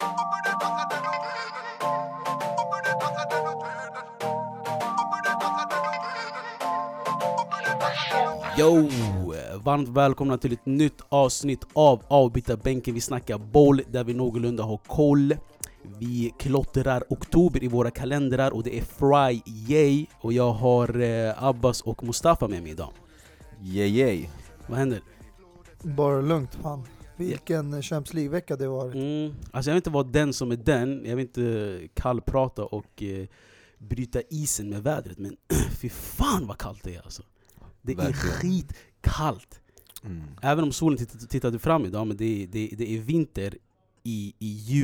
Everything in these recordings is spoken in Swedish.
Yo, varmt välkomna till ett nytt avsnitt av Avbytarbänken. Vi snackar boll där vi någorlunda har koll. Vi klottrar oktober i våra kalendrar och det är Friday. Och jag har Abbas och Mustafa med mig idag. Yay. Vad händer? Bara lugnt, fan. Vilken Champions League-vecka det var. Alltså jag vill inte vara den som är den. Jag vill inte kallprata och bryta isen med vädret. Men fy fan vad kallt det är alltså. Det är skitkallt. Även om solen tittade fram idag, men det är vinter i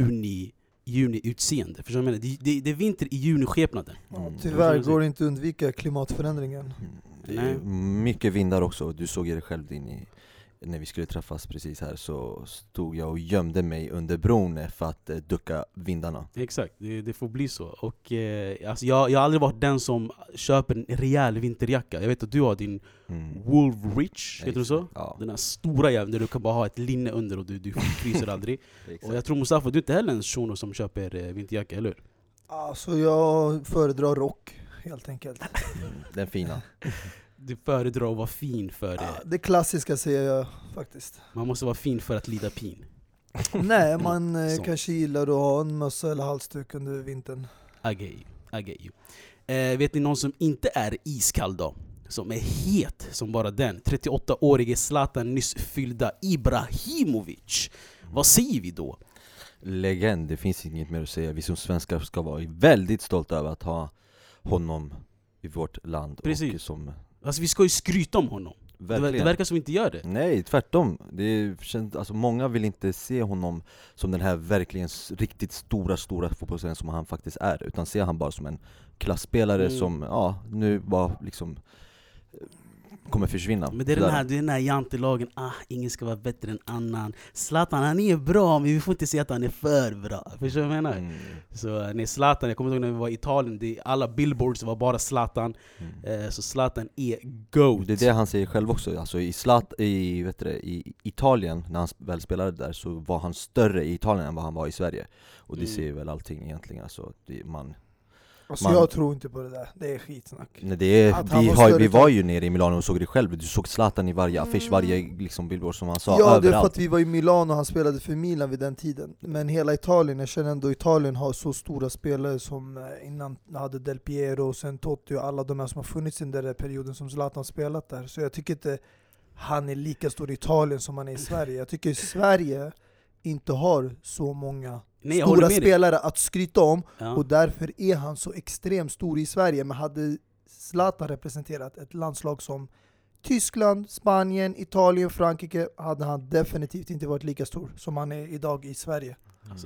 juni utseende. Förstår du vad jag menar? Det är vinter i juni-skepnaden. Tyvärr går det inte att undvika klimatförändringen. Det är mycket vindar också. Du såg det själv när vi skulle träffas precis här, så stod jag och gömde mig under bron för att ducka vindarna. Exakt, det får bli så. Och alltså jag har aldrig varit den som köper en rejäl vinterjacka. Jag vet att du har din Woolrich, heter du så? Ja. Den här stora jäveln där du kan bara ha ett linne under och du fryser aldrig. Och jag tror Mustafa, du är inte heller en shuno som köper vinterjacka, eller hur? Alltså jag föredrar rock, helt enkelt. Den fina. Du föredrar att vara fin för det. Det klassiska säger jag faktiskt. Man måste vara fin för att lida pin. Nej, man kanske gillar att ha en mössa eller halsduk under vintern. I get you. Vet ni någon som inte är iskall då? Som är het som bara den. 38-årige Zlatan nyss fyllda Ibrahimovic. Vad säger vi då? Legend, det finns inget mer att säga. Vi som svenskar ska vara väldigt stolta över att ha honom i vårt land. Precis. Och som... Alltså vi ska ju skryta om honom. Det verkar som vi inte gör det. Nej, tvärtom. Alltså, många vill inte se honom som den här verkligen riktigt stora fotbollsspelaren som han faktiskt är, utan se han bara som en klassspelare som nu bara liksom kommer försvinna. Men det är den här jantelagen, ingen ska vara bättre än annan. Zlatan, han är bra, men vi får inte säga att han är för bra. Förstår du vad jag menar? Så nej, Zlatan, jag kommer ihåg när vi var i Italien, alla billboards var bara Zlatan. Så Zlatan är GOAT. Det är det han säger själv också. Alltså i Italien, när han väl spelade där, så var han större i Italien än vad han var i Sverige. Och det ser väl allting egentligen. Alltså, jag tror inte på det där. Det är skitsnack. Nej, vi var ju nere i Milano och såg det själv. Du såg Zlatan i varje affisch, varje liksom billboard som han sa. Ja, överallt. det är för att vi var i Milano och han spelade för Milan vid den tiden. Men hela Italien, jag känner ändå Italien har så stora spelare som innan hade Del Piero och sen Totti och alla de här som har funnits i den där perioden som Zlatan spelat där. Så jag tycker inte han är lika stor i Italien som han är i Sverige. Jag tycker Sverige inte har så många stora spelare att skryta om, och därför är han så extremt stor i Sverige. Men hade Zlatan representerat ett landslag som Tyskland, Spanien, Italien, Frankrike, hade han definitivt inte varit lika stor som han är idag i Sverige. Alltså,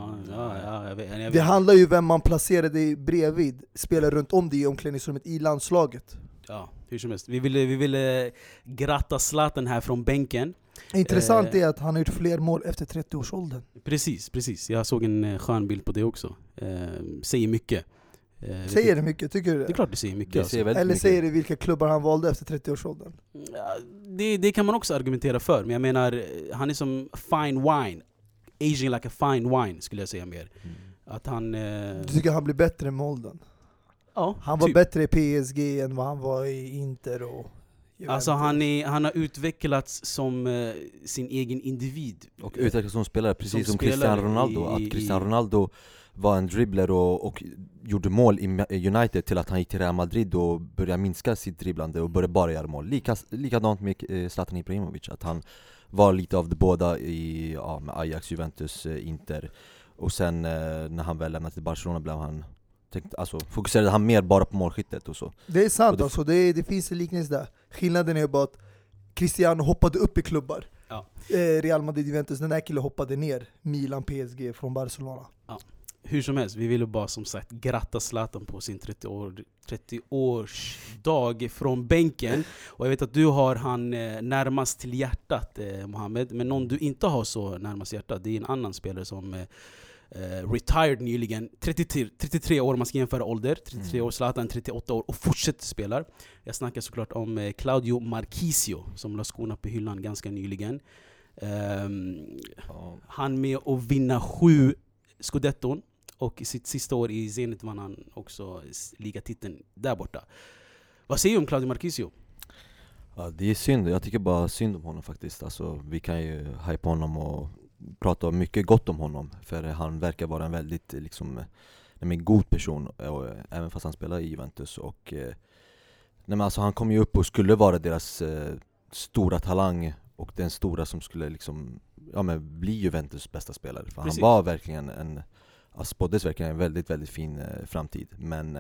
jag vet. Det handlar ju vem man placerar dig bredvid, spelar runt om det i omklädningsrummet i landslaget. Ja, hur som helst. Vi ville gratta Zlatan här från bänken. Intressant är att han har gjort fler mål efter 30-årsåldern. Precis. Jag såg en skön bild på det också. Säger mycket. Säger det mycket, tycker du det? Det är klart det säger mycket. Eller säger det vilka klubbar han valde efter 30-årsåldern? Ja, det kan man också argumentera för. Men jag menar, han är som fine wine. Aging like a fine wine, skulle jag säga mer. Att han... Du tycker han blir bättre med åldern? Ja, han var bättre i PSG än vad han var i Inter och... Alltså han har utvecklats som sin egen individ. Och utvecklats som spelare, precis som Cristiano Ronaldo. Att Cristiano Ronaldo var en dribbler och gjorde mål i United, till att han gick till Real Madrid och började minska sitt dribblande och började bara göra mål. Likadant med Zlatan Ibrahimovic, att han var lite av det båda med Ajax, Juventus, Inter. Och sen när han väl lämnade till Barcelona blev han... fokuserade han mer bara på målskyttet och så. Det är sant, det finns en liknelse där. Skillnaden är bara att Cristiano hoppade upp i klubbar. Real Madrid, Juventus, den här killen hoppade ner. Milan, PSG från Barcelona. Hur som helst, vi ville bara som sagt gratta Zlatan på sin 30-årsdag från bänken. Och jag vet att du har han närmast till hjärtat, Mohammed. Men någon du inte har så närmast hjärtat, det är en annan spelare som retired nyligen. 33 år, man ska jämföra ålder. 33 år, Zlatan 38 år och fortsätter spela. Jag snackar såklart om Claudio Marchisio som la skorna på hyllan ganska nyligen. Han med att vinna 7 Scudetton och i sitt sista år i Zenit vann han också ligatiteln där borta. Vad säger du om Claudio Marchisio? Ja, det är synd. Jag tycker bara synd om honom faktiskt. Alltså, vi kan ju hypa honom och prata mycket gott om honom, för han verkar vara en väldigt liksom, en god person, och även fast han spelar i Juventus. Och alltså, han kom ju upp och skulle vara deras stora talang, och den stora som skulle liksom, bli Juventus bästa spelare. För han var verkligen spåddes verkligen en väldigt, väldigt fin framtid. Men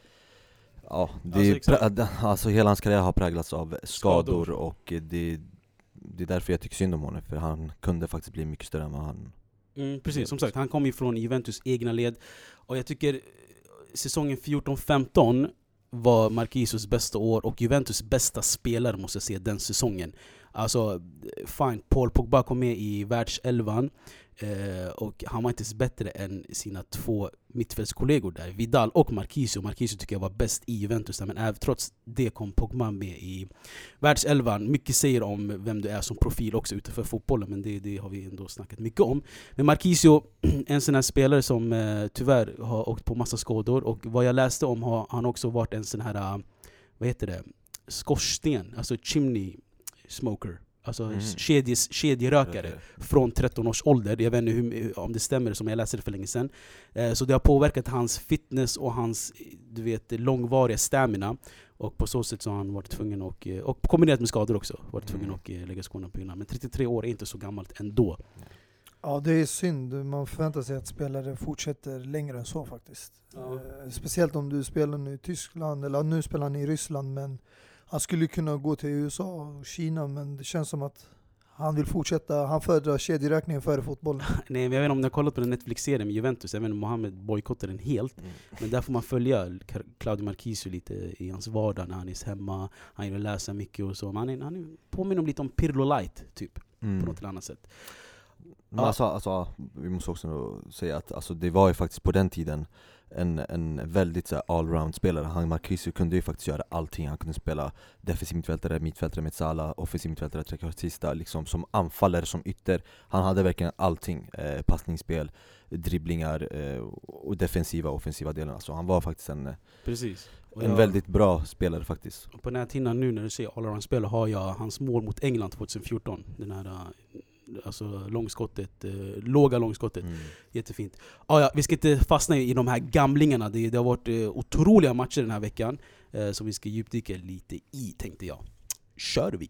ja, alltså hela hans karriär har präglats av skador. Och det är därför jag tycker synd om honom, för han kunde faktiskt bli mycket större än vad han... Precis, som sagt, han kom ju från Juventus egna led, och jag tycker säsongen 14-15 var Marquisios bästa år, och Juventus bästa spelare måste jag säga den säsongen. Alltså, fine, Paul Pogba kom med i världselvan, och han var inte ens bättre än sina två mittfältskollegor där, Vidal och Marchisio. Marchisio tycker jag var bäst i Juventus där, men trots det kom Pogba med i världselvan. Mycket säger om vem du är som profil också utanför fotbollen, men det har vi ändå snackat mycket om. Men Marchisio, en sån här spelare som tyvärr har åkt på massa skador, och vad jag läste om har han också varit en sån här, vad heter det, skorsten, alltså chimney smoker. Alltså kedjerökare från 13 års ålder. Jag vet inte om det stämmer, som jag läste det för länge sedan. Så det har påverkat hans fitness och hans, du vet, långvariga stamina. Och på så sätt så har han varit tvungen och kombinerat med skador också, varit tvungen att lägga skorna på hyllan. Men 33 år är inte så gammalt ändå. Ja, det är synd. Man förväntar sig att spelare fortsätter längre än så faktiskt. Ja. Speciellt om du spelar nu i Tyskland, eller nu spelar han i Ryssland, men han skulle kunna gå till USA och Kina, men det känns som att han vill fortsätta. Han föredrar kedjeräkningen före fotbollen. Nej, men jag vet inte om ni har kollat på den Netflix-serien med Juventus. Jag vet inte om Mohamed bojkottar den helt. Men där får man följa Claudio Marchisio lite i hans vardag när han är hemma. Han vill läsa mycket och så. Han påminner om lite om Pirlo Light, typ. På något annat sätt. Men alltså, vi måste också säga att alltså, det var ju faktiskt på den tiden en väldigt så här, allround-spelare. Han Marchisio kunde ju faktiskt göra allting. Han kunde spela defensiv mittfältare med Salah, offensiv mittfältare, trekvartista, liksom som anfallare, som ytter. Han hade verkligen allting. Passningsspel, dribblingar och defensiva och offensiva delarna. Så han var faktiskt en väldigt bra spelare faktiskt. På den här tiden nu när du säger allround-spelare har jag hans mål mot England 2014. Den här... Alltså långskottet, låga långskottet. Jättefint. Ja, vi ska inte fastna i de här gamlingarna. Det har varit otroliga matcher den här veckan, som vi ska djupdyka lite i, tänkte jag. Kör vi.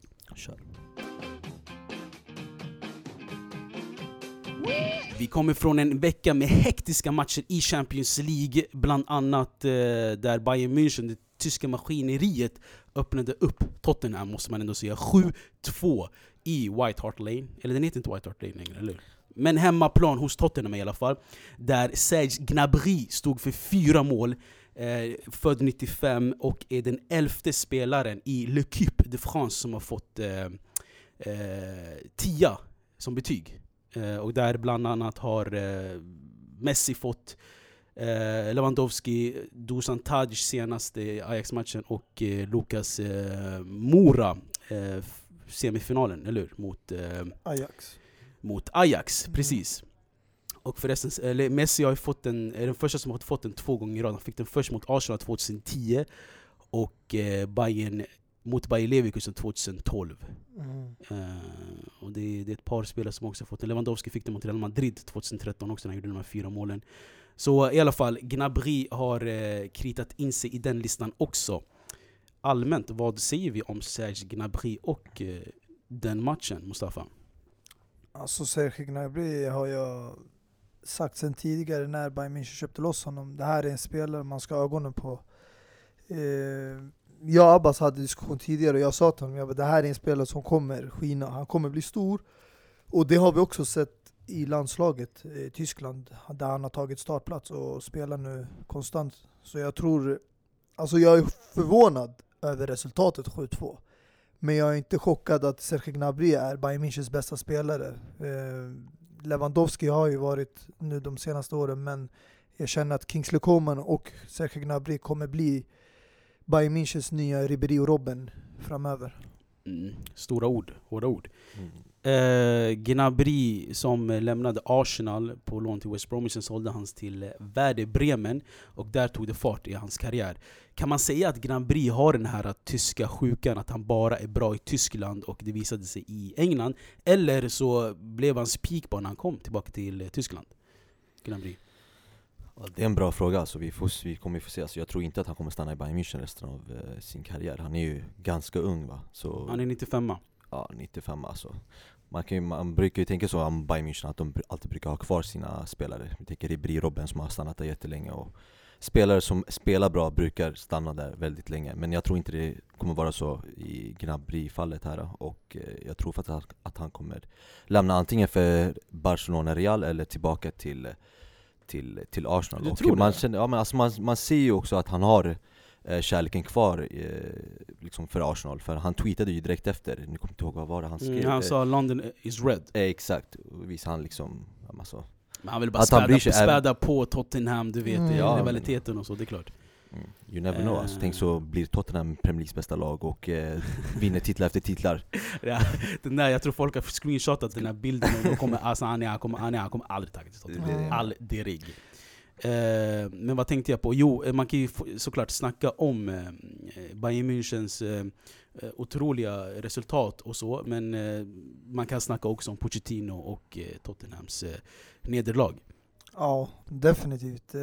Vi kommer från en vecka med hektiska matcher i Champions League, bland annat där Bayern München, det tyska maskineriet, öppnade upp Tottenham, måste man ändå säga, 7-2 i White Hart Lane. Eller den heter inte White Hart Lane längre, eller? Men hemmaplan hos Tottenham i alla fall, där Serge Gnabry stod för 4 mål, född 95, och är den 11:e spelaren i L'Équipe de France som har fått 10 som betyg. Och där bland annat har Messi fått, Lewandowski, Dusan Tadic senast i Ajax-matchen, och Lucas Moura semifinalen, eller mot Ajax, precis. Och förresten, Messi har ju fått är den första som har fått den 2 gånger i rad. Han fick den först mot Arsenal 2010 och mot Bayer Leverkusen 2012. Och det är ett par spelare som också har fått den. Lewandowski fick den mot Real Madrid 2013 också, när han gjorde de här 4 målen. Så i alla fall, Gnabry har kritat in sig i den listan också. Allmänt, vad säger vi om Serge Gnabry och den matchen, Mustafa? Alltså Serge Gnabry har jag sagt sen tidigare när Bayern München köpte loss honom. Det här är en spelare man ska ha ögonen på. Jag och Abbas hade diskussion tidigare och jag sa till honom, det här är en spelare som kommer skina. Han kommer bli stor. Och det har vi också sett i landslaget i Tyskland, där han har tagit startplats och spelar nu konstant. Så jag tror, alltså jag är förvånad över resultatet 7-2. Men jag är inte chockad att Serge Gnabry är Bayern Münchens bästa spelare. Lewandowski har ju varit nu de senaste åren, men jag känner att Kingsley Coman och Serge Gnabry kommer bli Bayern Münchens nya Ribéry och Robben framöver. Stora ord, hårda ord. Gnabry som lämnade Arsenal på lån till West Bromwich, sålde hans till Werder Bremen och där tog det fart i hans karriär. Kan man säga att Gnabry har den här tyska sjukan, att han bara är bra i Tyskland och det visade sig i England, eller så blev hans peak bara när han kom tillbaka till Tyskland? Gnabry. Det är en bra fråga, alltså, vi kommer få se. Alltså, jag tror inte att han kommer stanna i Bayern München resten av sin karriär. Han är ju ganska ung, va? Så, han är 95. Ja, 95 alltså. Man brukar ju tänka så om Bayern München att de alltid brukar ha kvar sina spelare. Jag tänker Ribéry, Robben som har stannat där jättelänge, och spelare som spelar bra brukar stanna där väldigt länge. Men jag tror inte det kommer vara så i Gnabry-fallet här, och jag tror faktiskt att han kommer lämna antingen för Barcelona, Real eller tillbaka till Arsenal. Och man ser ju också att han har kärleken kvar liksom för Arsenal, för han tweetade ju direkt efter, ni kommer inte ihåg vad var det han skrev. Han sa London is red. Exakt, och visade han liksom alltså, men han vill bara späda på Tottenham, du vet, rivaliteten och så, det är klart. You never know, alltså, tänk så blir Tottenham Premier Leagues bästa lag och vinner titlar efter titlar. Ja, jag tror folk har screenshotat den här bilden och de kommer, alltså, han kommer aldrig tagga till Tottenham. Aldrig. Men vad tänkte jag på? Jo, man kan ju såklart snacka om Bayern Münchens otroliga resultat och så, men man kan snacka också om Pochettino och Tottenhams nederlag. Ja, definitivt.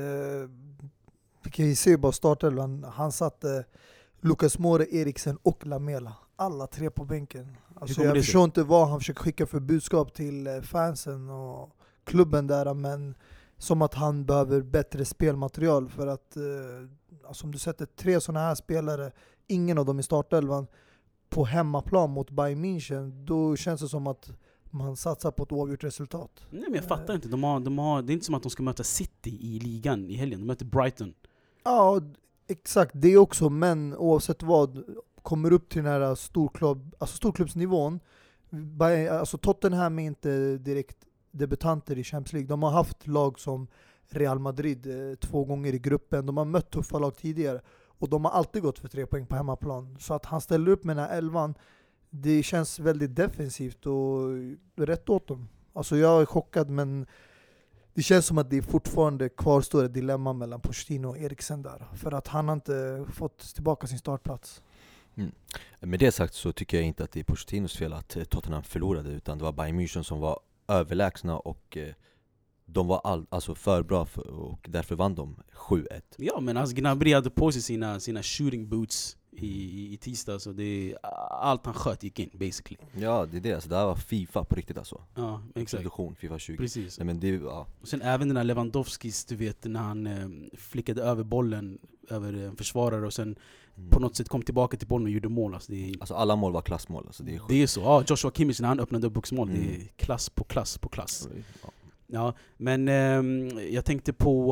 Vi kan ju se bara startelvan. Han satte Lucas Moura, Eriksen och Lamela. Alla tre på bänken. Alltså jag förstår inte vad han försöker skicka för budskap till fansen och klubben där, men som att han behöver bättre spelmaterial, för att alltså om du sätter 3 sådana här spelare, ingen av dem i startelvan, på hemmaplan mot Bayern München, då känns det som att man satsar på ett oavgjort resultat. Nej, men jag fattar inte. Det är inte som att de ska möta City i ligan i helgen. De möter Brighton. Ja, exakt. Det är också, men oavsett vad, kommer upp till den här storklubbsnivån. Alltså Tottenham är inte direkt debutanter i Champions League. De har haft lag som Real Madrid 2 gånger i gruppen. De har mött tuffa lag tidigare. Och de har alltid gått för 3 poäng på hemmaplan. Så att han ställer upp med den här 11, det känns väldigt defensivt och rätt åt dem. Alltså jag är chockad, men det känns som att det fortfarande kvarstår ett dilemma mellan Pochettino och Eriksen där. För att han har inte fått tillbaka sin startplats. Med det sagt så tycker jag inte att det är Pochettinos fel att Tottenham förlorade, utan det var Bayern München som var överlägsna och de var alltså för bra och därför vann de 7-1. Ja, men alltså Gnabry hade på sig sina shooting boots i tisdag, så det allt han sköt gick in basically. Ja, det är det. Alltså, det här var FIFA på riktigt alltså. Ja, exakt. FIFA 20. Precis. Nej, men det, ja. Och sen även den här Lewandowskis, du vet, när han flickade över bollen över en försvarare och sen på något sätt kom tillbaka till bollen och gjorde mål. Alltså alla mål var klassmål. Alltså, det är så. Ja, Joshua Kimmich när han öppnade upp boxmål, det är klass på klass på klass. Ja, men jag tänkte på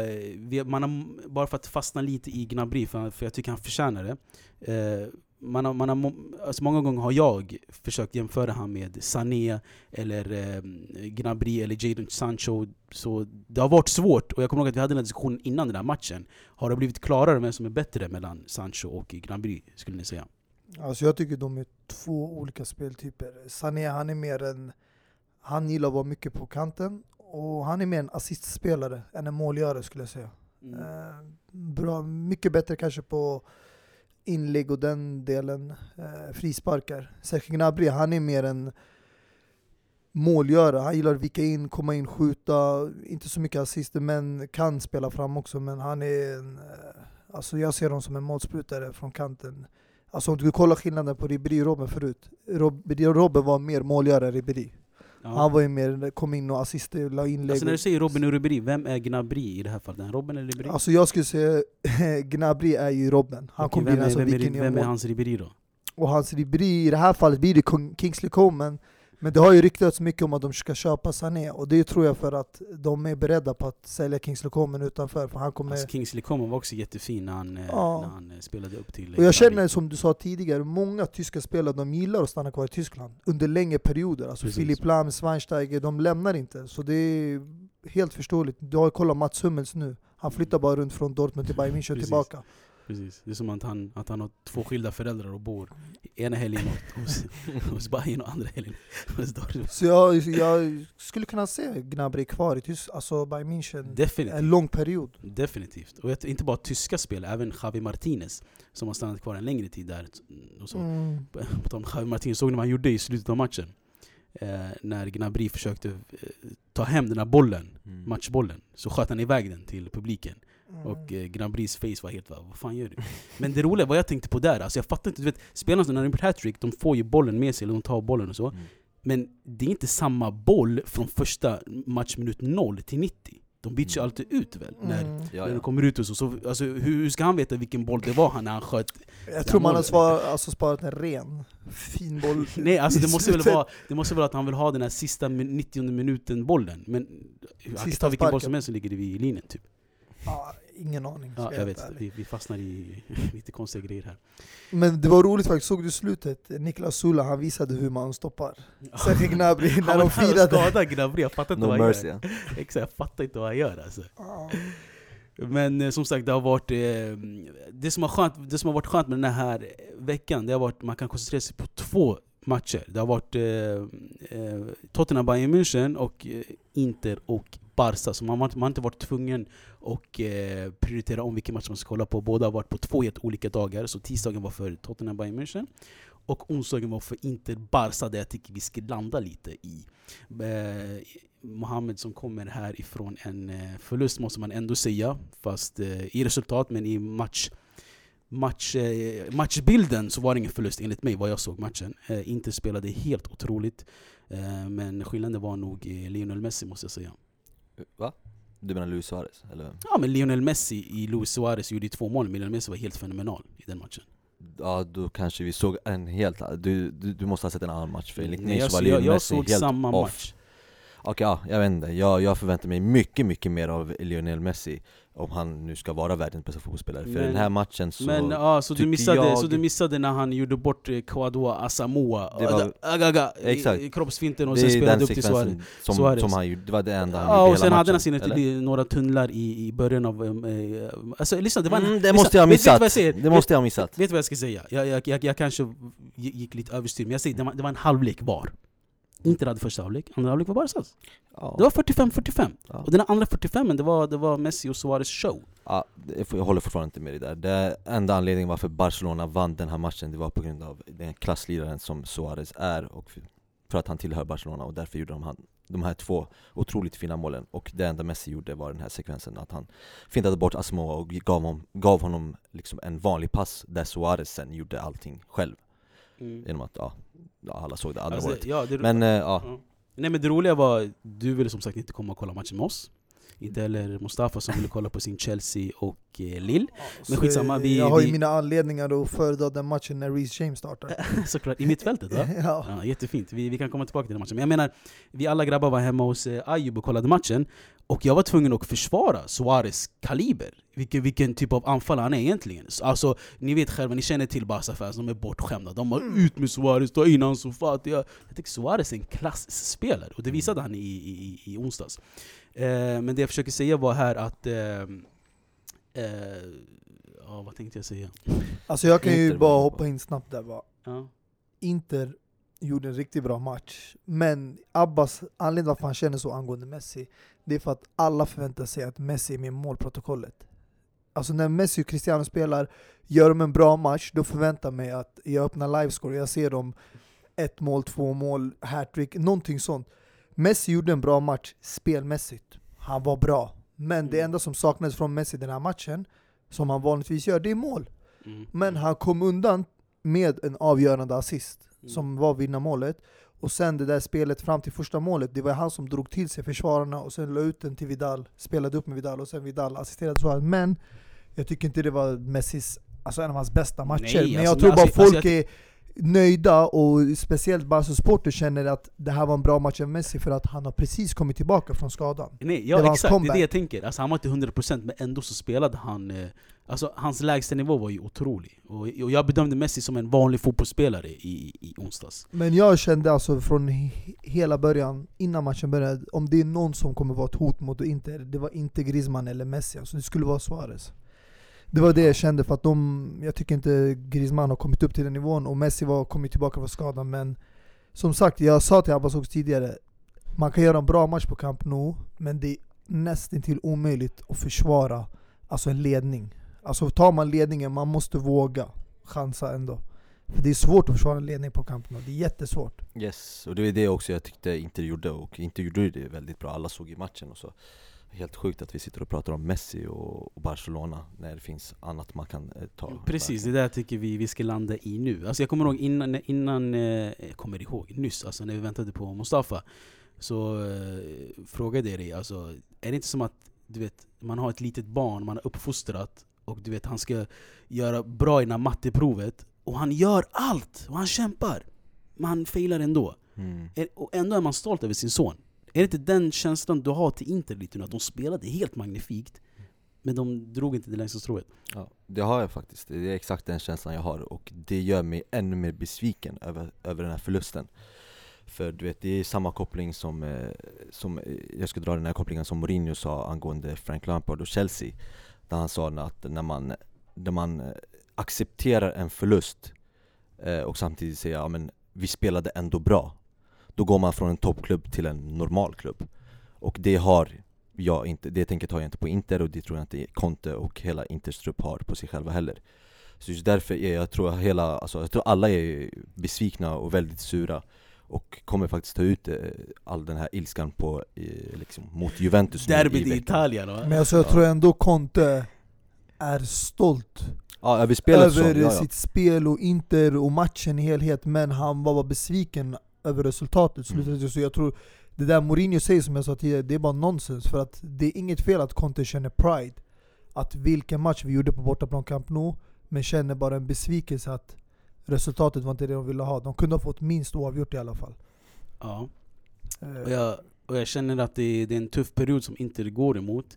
bara för att fastna lite i Gnabry, för jag tycker han förtjänar det. Alltså många gånger har jag försökt jämföra han med Sané eller Gnabry eller Jadon Sancho, så det har varit svårt, och jag kommer ihåg att vi hade en diskussion innan den här matchen. Har det blivit klarare vem som är bättre mellan Sancho och Gnabry, skulle ni säga? Alltså jag tycker de är 2 olika speltyper. Sané, han gillar att vara mycket på kanten, och han är mer en assistspelare än en målgörare, skulle jag säga. Bra, mycket bättre kanske på inlägg och den delen, frisparkar. Sergio Gnabry, han är mer en målgörare. Han gillar att vika in, komma in, skjuta, inte så mycket assister, men kan spela fram också. Men han är alltså jag ser honom som en målsprutare från kanten. Alltså om du kollar skillnaden på Ribéry och Robben förut. Robben var mer målgörare än Ribéry. Ja. Han var ju mer, kom in och assistera, la inlägg. Alltså när du säger Robben och Ribéry, vem är Gnabry i det här fallet? Robben eller Ribéry? Alltså jag skulle säga Gnabry är ju Robben. Han kommer bli den som viker ner. Vem är hans Ribéry då? Och hans Ribéry i det här fallet blir det Kingsley Coman. Men det har ju ryktats mycket om att de ska köpa Sané, och det tror jag för att de är beredda på att sälja Kingsley Coman utanför, för han kommer... Alltså Kingsley Coman var också jättefin när han spelade upp till... Och jag känner, som du sa tidigare, många tyska spelare, de gillar att stanna kvar i Tyskland under längre perioder. Alltså Philipp Lahm, Schweinsteiger, de lämnar inte. Så det är helt förståeligt. Du har ju kollat Mats Hummels nu. Han flyttar bara runt från Dortmund till Bayern München tillbaka. precis. Det är som att han har 2 skilda föräldrar och bor ena helgen hos Bayern och andra helgen hos Dortmund. Så jag skulle kunna se Gnabry kvar i alltså Bayern München. Definitivt. En lång period. Definitivt. Och inte bara tyska spel, även Javi Martinez som har stannat kvar en längre tid där. Och så. Javi Martinez såg när man gjorde i slutet av matchen. När Gnabry försökte ta hem den här bollen, matchbollen, så sköt han iväg den till publiken. Och Gnabrys face var helt vad fan gör du? Men det roliga, vad jag tänkte på där, alltså jag fattar inte, du vet, spelarna när de gör hattrick, de får ju bollen med sig, eller de tar bollen och så. Men det är inte samma boll från första matchminut 0 till 90. De byts ju alltid ut väl när de kommer ut och så alltså, hur ska han veta vilken boll det var när han sköt? Jag tror man har sparat en ren fin boll. Nej, alltså det måste vara att han vill ha den här sista 90 minuten bollen, men han tar vilken boll som helst så ligger det vid linjen typ. Ja, ingen aning. Ja, jag vet. Vi fastnar i lite konstiga grejer här. Men det var roligt faktiskt, såg du slutet? Niklas Sula, han visade hur man stoppar. Sergej Gnabry när de firade. Han skadade Gnabry, jag fattar inte vad han gör. Exakt, jag fattar inte vad han gör alltså. Men som sagt, det har varit det som har varit skönt med den här veckan, det har varit man kan koncentrera sig på 2 matcher. Det har varit Tottenham Bayern München och Inter och Barca, så man har inte varit tvungen att prioritera om vilken match man ska kolla på. Båda har varit på 2 helt olika dagar. Så tisdagen var för Tottenham Bayern München och onsdagen var för Inter Barca, där jag tycker vi ska landa lite i. Mohamed som kommer här ifrån en förlust måste man ändå säga, fast i resultat, men i matchbilden så var det ingen förlust enligt mig vad jag såg matchen. Inter spelade helt otroligt, men skillnaden var nog Lionel Messi måste jag säga. Va? Du menar Luis Suarez? Eller? Ja, men Lionel Messi i Luis Suarez gjorde 2 mål. Lionel Messi var helt fenomenal i den matchen. Ja, då kanske vi såg en helt... Du måste ha sett en annan match, för enligt mig så var Lionel jag Messi såg helt samma off. match. Okej, ja, jag vet inte. Jag förväntar mig mycket mer av Lionel Messi om han nu ska vara världens bästa fotbollsspelare. För den här matchen så... Men så du missade när han gjorde bort Kwadwo Asamoah. Exakt. Kroppsfinten och sen spelade upp till Suarez. Som han gjorde, det var det enda han gjorde och sen hela hade matchen, han sina några tunnlar i början av... alltså, lyssna, det var en, det måste jag ha missat. Vet du vad jag ska säga? Jag kanske gick lite överstyr, men jag säger det var en halvlek var. Inte hade första halvlek, andra halvlek var Barças. Ja. Det var 45-45. Ja. Och den andra 45, det var Messi och Suarez show. Ja, jag håller fortfarande inte med dig där. Det enda anledningen varför Barcelona vann den här matchen, det var på grund av den klassliraren som Suarez är, och för att han tillhör Barcelona, och därför gjorde de här 2 otroligt fina målen. Och det enda Messi gjorde var den här sekvensen att han fintade bort Asamoah och gav honom liksom en vanlig pass där Suarez sen gjorde allting själv. Genom att alla såg det andra målet. Ja, Nej, men det roliga var, du ville som sagt inte komma och kolla matchen med oss. Inte heller Mustafa som ville kolla på sin Chelsea och Lille. Men skitsamma, jag har ju mina anledningar att föredra den matchen när Reece James startar. Såklart, i mittfältet va? Ja, jättefint, vi kan komma tillbaka till den matchen. Men jag menar, vi alla grabbar var hemma hos Ayub och kollade matchen. Och jag var tvungen att försvara Suarez kaliber. Vilken typ av anfall han är egentligen. Alltså, ni vet själva, ni känner till Barca-fans, de är bortskämda. De har ut med Suarez, ta in han så fatt. Jag tycker Suarez är en klassspelare. Och det visade han i onsdags. Men det jag försöker säga var här att... vad tänkte jag säga? Alltså jag kan ju bara hoppa in snabbt där va. Ja. Inter gjorde en riktigt bra match. Men Abbas, anledningen varför han känner så angående Messi, det är för att alla förväntar sig att Messi är med i målprotokollet. Alltså när Messi och Cristiano spelar, gör de en bra match, då förväntar mig att jag öppnar livescore och jag ser dem 1 mål, 2 mål, hattrick, någonting sånt. Messi gjorde en bra match spelmässigt. Han var bra. Men det enda som saknades från Messi den här matchen, som han vanligtvis gör, det är mål. Men han kom undan med en avgörande assist som var vinnarmålet. Och sen det där spelet fram till första målet, det var han som drog till sig försvararna och sen la ut den till Vidal, spelade upp med Vidal och sen Vidal assisterade så här. Men jag tycker inte det var Messis, alltså en av hans bästa matcher. Nej, men jag tror bara folk är nöjda, och speciellt Barca-supporter känner att det här var en bra match av Messi för att han har precis kommit tillbaka från skadan. Nej, ja, exakt, det är det jag tänker. Alltså, han var inte 100% men ändå så spelade han, alltså hans lägsta nivå var ju otrolig. Och jag bedömde Messi som en vanlig fotbollsspelare i onsdags. Men jag kände alltså från hela början, innan matchen började, om det är någon som kommer vara ett hot mot Inter, det var inte Griezmann eller Messi, alltså det skulle vara Suarez. Det var det jag kände, för att jag tycker inte Griezmann har kommit upp till den nivån, och Messi kommit tillbaka från skadan. Men som sagt, jag sa till Abbas också tidigare, man kan göra en bra match på Camp Nou, men det är nästan till omöjligt att försvara alltså en ledning. Alltså tar man ledningen, man måste våga chansa ändå. För det är svårt att försvara en ledning på Camp Nou, det är jättesvårt. Yes, och det är det också jag tyckte Inter gjorde, och Inter gjorde det väldigt bra. Alla såg i matchen och så. Helt sjukt att vi sitter och pratar om Messi och Barcelona när det finns annat man kan ta. Precis, det där tycker vi ska landa i nu. Alltså jag kommer ihåg nyss, alltså när vi väntade på Mustafa, så frågade jag dig, alltså, är det inte som att du vet, man har ett litet barn, man har uppfostrat, och du vet, han ska göra bra i det här matteprovet, och han gör allt, och han kämpar, men han failar ändå. Och ändå är man stolt över sin son. Är det inte den känslan du har till Inter lite nu, att de spelade helt magnifikt, men de drog inte det längsta strået? Ja, det har jag faktiskt. Det är exakt den känslan jag har, och det gör mig ännu mer besviken över den här förlusten. För du vet, det är samma koppling som jag ska dra den här kopplingen som Mourinho sa angående Frank Lampard och Chelsea, där han sa att när man accepterar en förlust och samtidigt säger ja, men vi spelade ändå bra, då går man från en toppklubb till en normal klubb. Och det har jag inte, det tänket har jag inte på Inter, och det tror jag inte Conte och hela Inters trupp har på sig själva heller. Så just därför jag tror alla är besvikna och väldigt sura, och kommer faktiskt ta ut all den här ilskan på liksom, mot Juventus. Derbyt i Italien, va? Men alltså, jag tror ändå Conte är stolt över sitt spel och Inter och matchen i helhet, men han var bara besviken över resultatet. Så jag tror det där Mourinho säger, som jag sa tidigare, det är bara nonsens. För att det är inget fel att Conte känner pride, att vilken match vi gjorde på bortaplan Camp Nou, men känner bara en besvikelse att resultatet var inte det de ville ha. De kunde ha fått minst oavgjort i alla fall. Ja. Och jag känner att det är en tuff period som Inter går emot.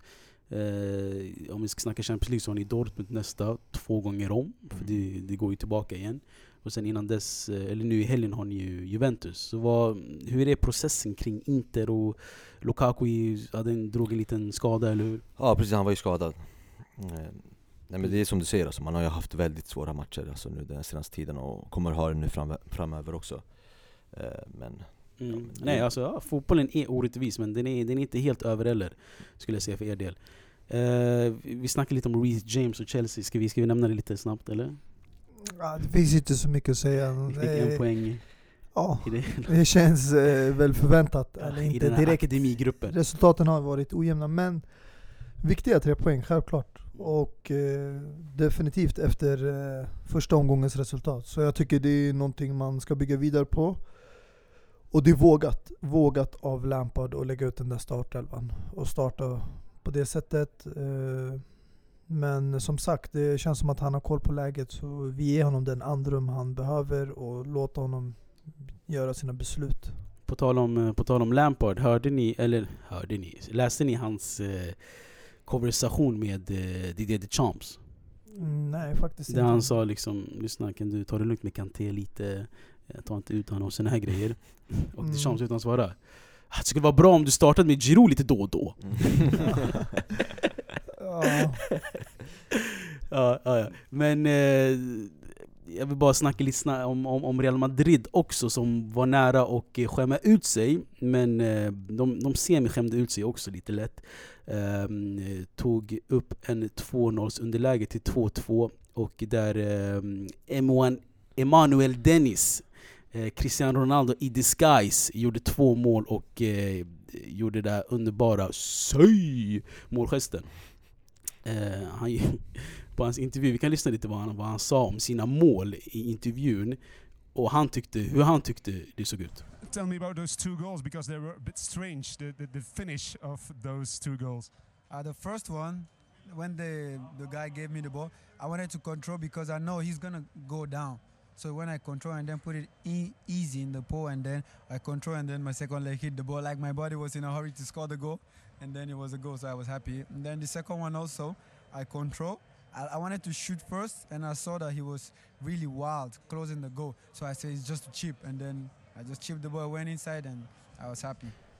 Om vi ska snacka Champions League så har ni Dortmund nästa 2 gånger om, för det går ju tillbaka igen. Och sen innan dess, eller nu i helgen, har ni ju Juventus. Så hur är det processen kring Inter? Och Lukaku drog en liten skada, eller hur? Ja, precis, han var ju skadad. Nej, men det är som du säger, alltså, man har ju haft väldigt svåra matcher alltså, nu den senaste tiden, och kommer ha det nu framöver också. Nej, alltså fotbollen är orättvis, men den är inte helt över heller, skulle jag säga för er del. Vi snackade lite om Reece James och Chelsea. Ska vi nämna det lite snabbt, eller? Ja, det finns inte så mycket att säga. Vi fick en poäng. Ja, det känns väl förväntat. Eller inte i den här direkt. akademigruppen. Resultaten har varit ojämna, men viktiga 3 poäng, självklart. Och definitivt efter första omgångens resultat. Så jag tycker det är någonting man ska bygga vidare på. Och det är vågat av Lampard att lägga ut den där startelvan och starta på det sättet. Men som sagt, det känns som att han har koll på läget, så vi ger honom den andrum han behöver och låter honom göra sina beslut. På tal om Lampard, läste ni hans konversation med Didier Deschamps? Nej, faktiskt inte. Där han sa liksom, lyssna, kan du ta det lugnt med Kanté lite, ta inte ut honom och såna här grejer. Och Deschamps utan svara, det skulle vara bra om du startade med Giroud lite då och då. Ja. Men jag vill bara snacka lite om Real Madrid också, som var nära och skämma ut sig, men de skämde ut sig också lite lätt. Tog upp en 2-0 underläge till 2-2, och där Emmanuel Dennis, Cristiano Ronaldo i disguise, gjorde 2 mål och gjorde det där underbara målgesten. På hans intervju, vi kan lyssna lite vad han sa om sina mål i intervjun, och hur han tyckte det såg ut. Tell me about those 2 goals, because they were a bit strange, the finish of those 2 goals. The first one, when the guy gave me the ball, I wanted to control because I know he's gonna go down. So when I control and then put it easy in the pole, and then I control, and then my second leg hit the ball, like my body was in a hurry to score the goal, and then it was a goal, so I was happy. And then the second one also, I control. I wanted to shoot first, and I saw that he was really wild, closing the goal. So I said it's just a chip, and then I just chipped the ball, went inside, and I was happy.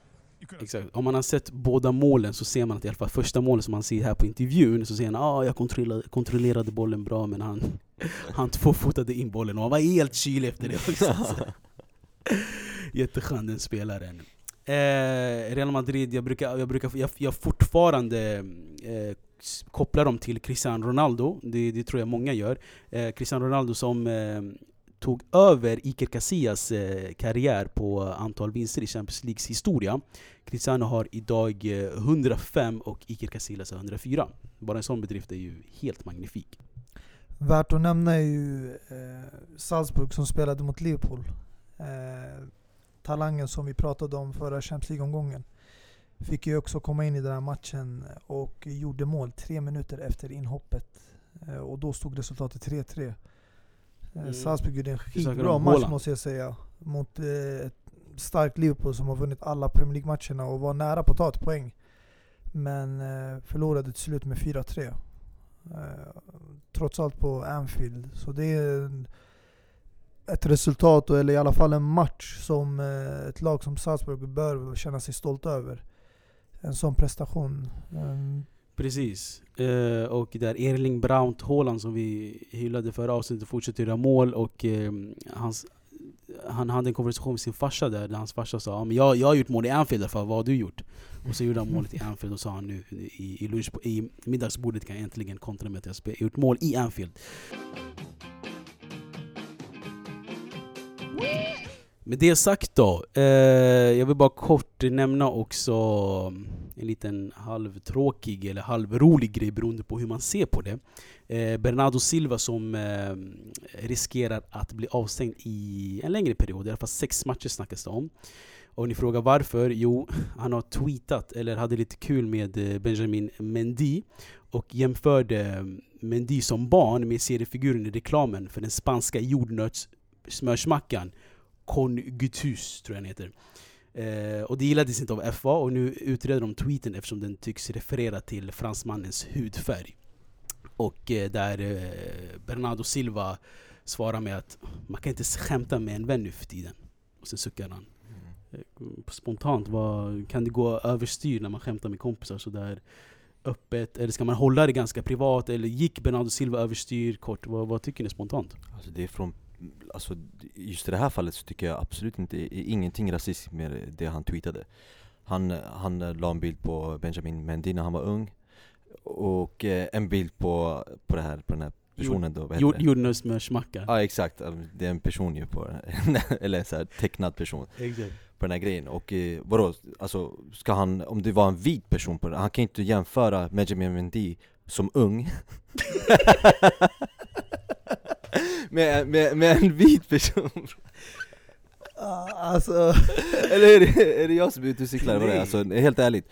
Exakt. Om man har sett båda målen så ser man att i alla fall första målet som man ser här på intervjun, så ser han jag kontrollerade bollen bra, men han tvåfotade in bollen och han var helt kylig efter det också. Jätteskön den spelaren. Real Madrid, jag fortfarande kopplar dem till Cristiano Ronaldo. Det tror jag många gör. Cristiano Ronaldo som tog över Iker Casillas karriär på antal vinster i Champions Leagues historia. Cristiano har idag 105 och Iker Casillas har 104. Bara en sån bedrift är ju helt magnifik. Värt att nämna är ju Salzburg som spelade mot Liverpool. Talangen som vi pratade om förra Champions League-omgången fick ju också komma in i den här matchen och gjorde mål 3 minuter efter inhoppet. Och då stod resultatet 3-3. Salzburg gjorde en skitbra match måste jag säga. Mot ett starkt Liverpool som har vunnit alla Premier League-matcherna och var nära på att ta ett poäng. Men förlorade till slut med 4-3. Trots allt på Anfield. Så det är ett resultat, eller i alla fall en match som ett lag som Salzburg bör känna sig stolt över. En sån prestation. Precis. Och där Erling Braut Haaland som vi hyllade förra avsnittet fortsätter göra mål, och han hade en konversation med sin farsa där hans farsa sa men jag har gjort mål i Anfield, för vad har du gjort? Och så gjorde han målet i Anfield och sa han nu i middagsbordet kan jag äntligen kontra med att jag gjort mål i Anfield. Med det sagt då, jag vill bara kort nämna också en liten halvtråkig eller halvrolig grej beroende på hur man ser på det. Bernardo Silva som riskerar att bli avstängd i en längre period, i alla fall 6 matcher snackas det om. Och ni frågar varför? Jo, han har tweetat eller hade lite kul med Benjamin Mendy och jämförde Mendy som barn med seriefiguren i reklamen för den spanska jordnötssmörsmackan Congutus, tror jag den heter. Och det gillades inte av FA, och nu utreder de tweeten eftersom den tycks referera till fransmannens hudfärg. Och där Bernardo Silva svarar med att man kan inte skämta med en vän nu för tiden. Och sen suckar han. Spontant, kan det gå överstyr när man skämtar med kompisar så där öppet? Eller ska man hålla det ganska privat? Eller gick Bernardo Silva överstyr kort? Vad tycker ni spontant? Alltså det är just i det här fallet så tycker jag absolut ingenting rasistiskt med det han tweetade. Han la en bild på Benjamin Mendy när han var ung, och en bild på den här personen då, jordnötssmörsmacka. Ja, exakt. Det är en person ju på eller en så här tecknad person. Exakt. På den här grejen. Och vadå, alltså ska han, om det var en vit person på det, han kan inte jämföra Benjamin Mendy som ung med en vit person. Alltså eller är det jag som är ute och cyklar på det? Alltså, helt ärligt.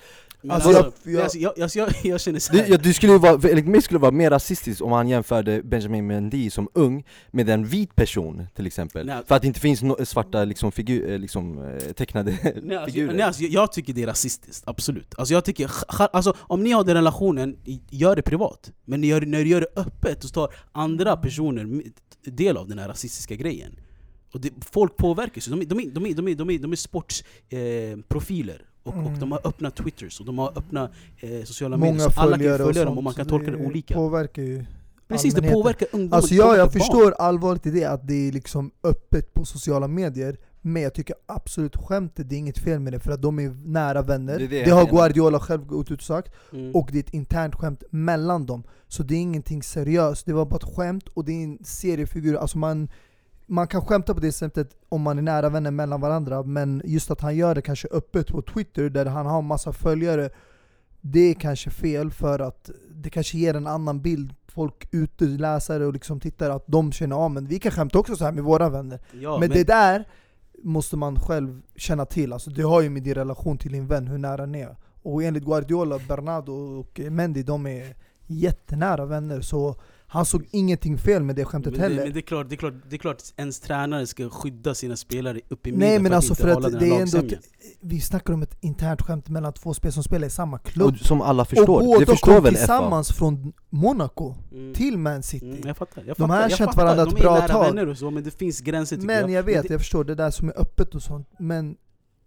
Jag känner så här. Du skulle vara, enligt mig skulle det vara mer rasistiskt om han jämförde Benjamin Mendy som ung med en vit person till exempel. Nej, för att det inte finns svarta liksom, tecknade figurer. Nej, alltså, jag tycker det är rasistiskt, absolut. Alltså, jag tycker, om ni har den relationen, gör det privat. Men när du gör det öppet så tar andra personer del av den här rasistiska grejen. Och folk påverkas. De är sportsprofiler. Och de har öppna Twitters och de har öppna sociala medier. Så alla kan följa dem och man kan tolka det olika. Påverkar ju. Precis, det påverkar ungdomar. Alltså jag förstår allvarligt i det, att det är liksom öppet på sociala medier. Men jag tycker absolut skämtet, det är inget fel med det, för att de är nära vänner. Det har Guardiola själv gått ut och sagt. Och det är ett internt skämt mellan dem. Så det är ingenting seriöst. Det var bara ett skämt och det är en seriefigur. Alltså man kan skämta på det sättet om man är nära vänner mellan varandra, men just att han gör det kanske öppet på Twitter där han har massa följare, det är kanske fel, för att det kanske ger en annan bild. Folk ute, läsare och liksom tittare, att de känner men vi kan skämta också så här med våra vänner. Ja, men det där måste man själv känna till. Alltså det har ju med din relation till din vän, hur nära ni är. Och enligt Guardiola, Bernardo och Mendy, de är jättenära vänner, så han såg ingenting fel med det skämtet heller. Men det är klart att ens tränare ska skydda sina spelare upp i Nej, men alltså för att det är ändå vi snackar om ett internt skämt mellan två spelare som spelar i samma klubb. Och som alla förstår. Och båda det förstår kom väl tillsammans från Monaco till Man City. Jag fattar. De har känt varandra ett bra tag. Och så, men det finns gränser, men jag vet, jag förstår det där som är öppet och sånt. Men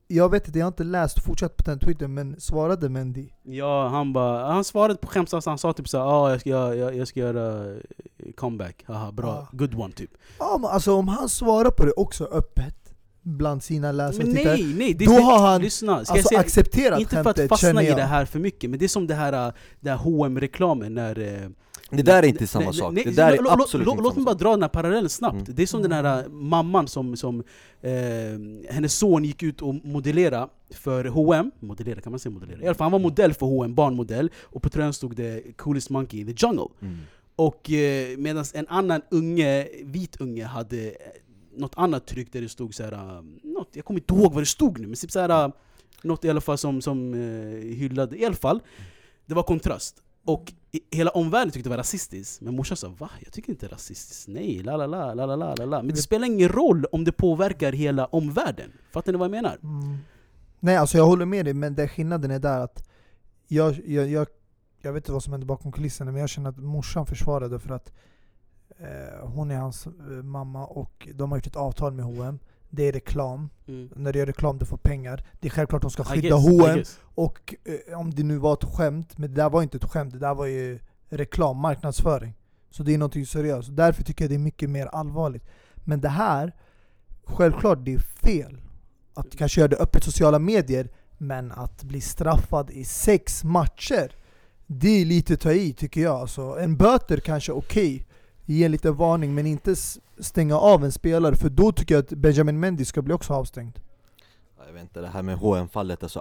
jag vet inte, jag har inte läst fortsatt på den tweeten, men svarade Mendy? Ja, han svarade på skämtsamt. Han sa typ så jag ska göra comeback. Haha, bra, good one typ. Ja, men alltså om han svarar på det också öppet bland sina läsare, men nej, då har han lyssna, ska alltså säga, accepterat inte för att fastna i det här för mycket, men det är som det här H&M-reklamen när det där är inte samma sak. Det där är absolut inte låt mig bara samma dra den här parallellen snabbt. Det är som den här mamman som hennes son gick ut och modellera för H&M. Modellera, kan man säga modellera? I alla fall han var modell för H&M, barnmodell. Och på tröjan stod det coolest monkey in the jungle. Och medan en annan vit unge hade något annat tryck där det stod såhär, jag kommer inte ihåg vad det stod nu, men typ såhär, något i alla fall som hyllade, i alla fall det var kontrast. Och hela omvärlden tyckte det var rasistiskt. Men morsan sa, va? Jag tycker inte det är rasistiskt. Nej, la. Men det spelar ingen roll om det påverkar hela omvärlden. Fattar ni vad jag menar? Nej, alltså jag håller med dig, men det skillnaden är där att jag vet inte vad som hände bakom kulisserna, men jag känner att morsan försvarade för att hon är hans mamma och de har gjort ett avtal med H&M. Det är reklam. När du gör reklam, du får pengar. Det är självklart att de ska skydda H&M. Och om det nu var ett skämt, men det där var inte ett skämt, det där var ju reklam, marknadsföring. Så det är någonting seriöst. Därför tycker jag det är mycket mer allvarligt. Men det här, självklart det är fel att kanske göra det öppet i sociala medier, men att bli straffad i 6 matcher, det är lite ta i tycker jag. Alltså, en böter kanske okej. Ge en liten varning, men inte stänga av en spelare, för då tycker jag att Benjamin Mendy ska bli också avstängd. Jag vet inte, det här med H&M-fallet, alltså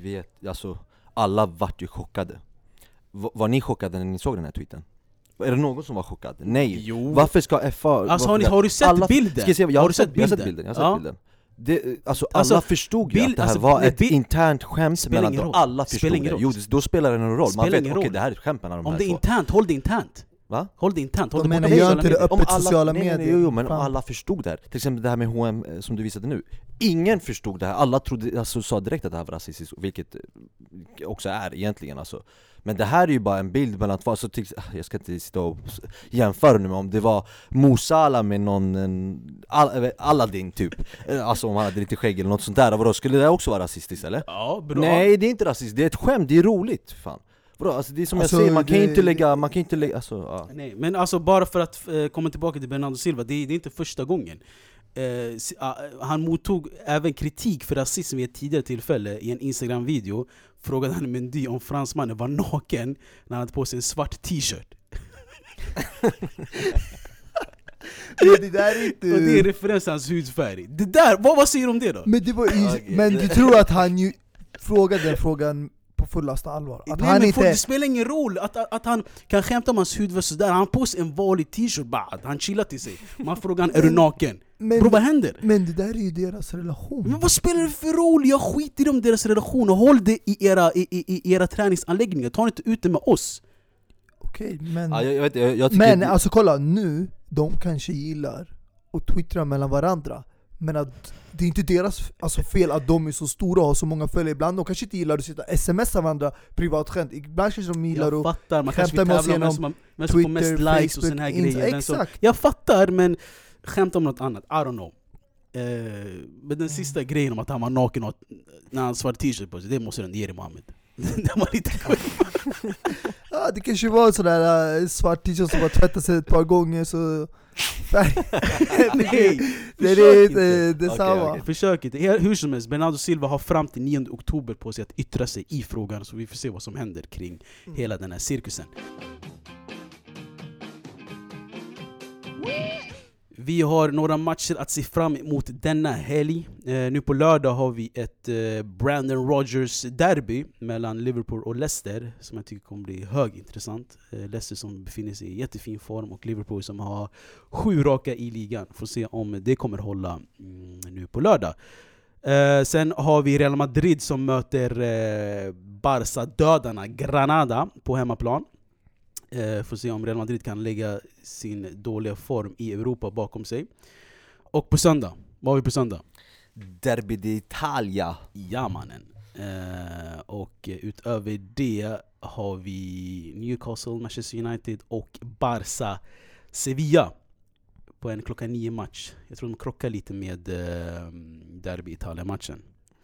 alla vart ju chockade. Var ni chockade när ni såg den här tweeten? Är det någon som var chockad? Nej. Jo. Varför ska FA... Alltså har du sett bilden? Jag har sett bilden. Alla förstod ju att det här var ett internt skämt mellan dem. Alla förstod det. Jo, då spelar det någon roll. Man vet, okej, det här är ett skämt mellan de här. Om det är internt, håll det internt. Va? Håll det internt, håll det borta sociala medier. Öppet sociala medier. Jo, men om alla förstod det här. Till exempel det här med H&M som du visade nu. Ingen förstod det här. Alla trodde, alltså, sa direkt att det här var rasistiskt, vilket också är egentligen alltså. Men det här är ju bara en bild mellan två, alltså, jag ska inte sitta och jämföra nu med om det var Mo Salah med någon Aladdin typ. Alltså om han hade lite skägg eller något sånt där. Vadå, skulle det också vara rasistiskt eller? Ja, bra. Nej, det är inte rasistiskt, det är ett skämt, det är roligt, fan. Bra, alltså det är som jag säger, man kan inte lägga alltså, ja. Nej, men alltså bara för att komma tillbaka till Bernardo Silva, det är inte första gången. Han mottog även kritik för rasism vid ett tidigare tillfälle. I en Instagram-video frågade han Mendy om fransmannen var naken när han hade på sig en svart t-shirt. Det där är inte... Och det är referens till hans hudfärg. Det där, vad säger du om det då? Men, men du tror att han ju frågade den frågan på fullaste allvar? Att nej, han men inte... det spelar ingen roll att han kan skämta om hans huvud sådär. Han på sig en vanlig t-shirt bara, han chillar till sig. Man frågar han, är du naken? Bro, vad händer? Men det där är ju deras relation. Men vad spelar det för roll? Jag skiter i deras relation och håll det i era träningsanläggningar. Ta inte ut det med oss. Okej, men... Ja, jag tycker men alltså kolla, nu, de kanske gillar och twittrar mellan varandra. Men att det är inte deras fel att de är så stora och har så många följare. Ibland de kanske inte gillar att sitta smsa varandra privat skämt. Ibland kanske de gillar att skämta med oss genom Twitter, mest likes Facebook, och sån här grejer. Exakt. Jag fattar, men skämta om något annat. I don't know. Men den sista grejen om att han var naken och när han svart t-shirt på sig, det måste den ge dig, Mohammed. Det var lite kul. Ja, det kanske var en sån där svart t-shirt som har tvättat sig ett par gånger så... Nej, det är inte detsamma. Okay. Försök inte. Hur som helst, Bernardo Silva har fram till 9 oktober på sig att yttra sig i frågan, så vi får se vad som händer kring hela den här cirkusen. Vi har några matcher att se fram emot denna helg. Nu på lördag har vi ett Brandon Rodgers derby mellan Liverpool och Leicester som jag tycker kommer bli högintressant. Leicester som befinner sig i jättefin form och Liverpool som har 7 raka i ligan. Får se om det kommer hålla nu på lördag. Sen har vi Real Madrid som möter Barca-dödarna Granada på hemmaplan. Får se om Real Madrid kan lägga sin dåliga form i Europa bakom sig. Och på söndag, vad har vi på söndag? Derby d'Italia. Ja, mannen. Och utöver det har vi Newcastle, Manchester United och Barca Sevilla på en 9:00 match. Jag tror de krockar lite med Derby Italia-matchen.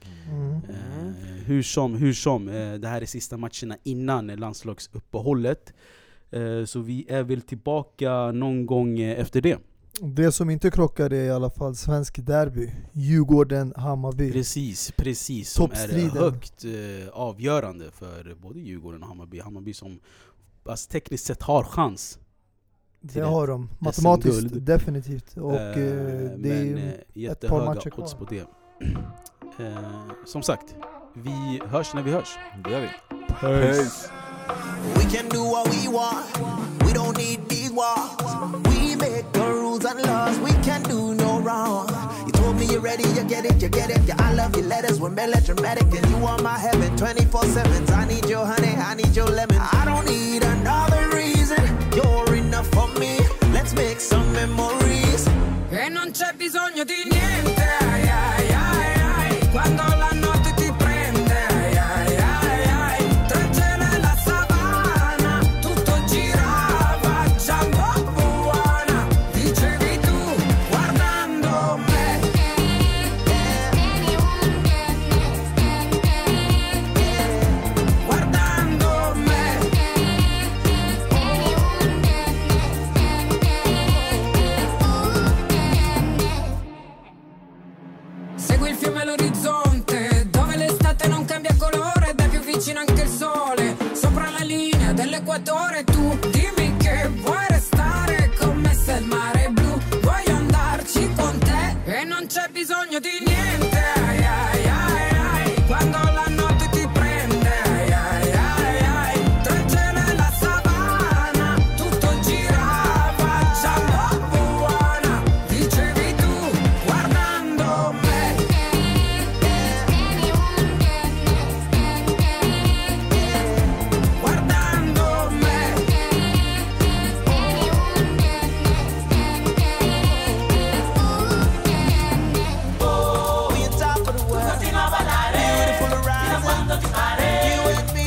Hur som, det här är sista matcherna innan landslagsuppehållet. Så vi är väl tillbaka någon gång efter det. Det som inte krockar är i alla fall svensk derby. Djurgården-Hammarby. Precis. Som är högt avgörande för både Djurgården och Hammarby. Hammarby som alltså, tekniskt sett har chans. Det har de. Matematiskt definitivt. Och det är ett par matcher kvar. Odds på det. Som sagt, vi hörs när vi hörs. Det gör vi. Peace. We can do what we want. We don't need these walls. We make the rules and laws. We can do no wrong. You told me you're ready, you get it. Yeah, I love your letters were melodramatic, and you are my heaven 24/7. I need your honey, I need your lemon. I don't need another reason. You're enough for me. Let's make some memories. E non c'è bisogno di niente. Ai, ai, ai, ai. Quando la notte ti prende. Ai, ai, ai, ai. Tra il cielo e la savana tutto girava già un po' buona. Dicevi tu guardando me. Guardando me. Segui il fiume all'orizzonte, dove l'estate non cambia colore, ed è più vicino anche il sole, sopra la linea dell'equatore. Tu dimmi che vuoi restare con me se il mare è blu, vuoi andarci con te e non c'è bisogno di niente. Ai, ai, ai, ai. Quando la notte ti prende. Ai, ai, ai, ai. Tra il cielo e la savana tutto girava già un po' buona. Dicevi tu guardando me. Guardando me. Oh, we on top of the world. Beautiful horizon. You and me.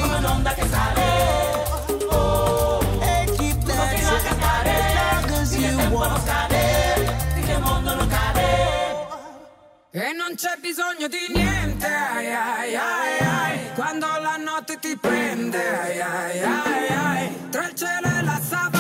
Oh, and keep dancing as long as you want. E non c'è bisogno di niente. Ai, ai, ai, ai. Quando la notte ti prende. Ai, ai, ai, ai. Tra il cielo e la savana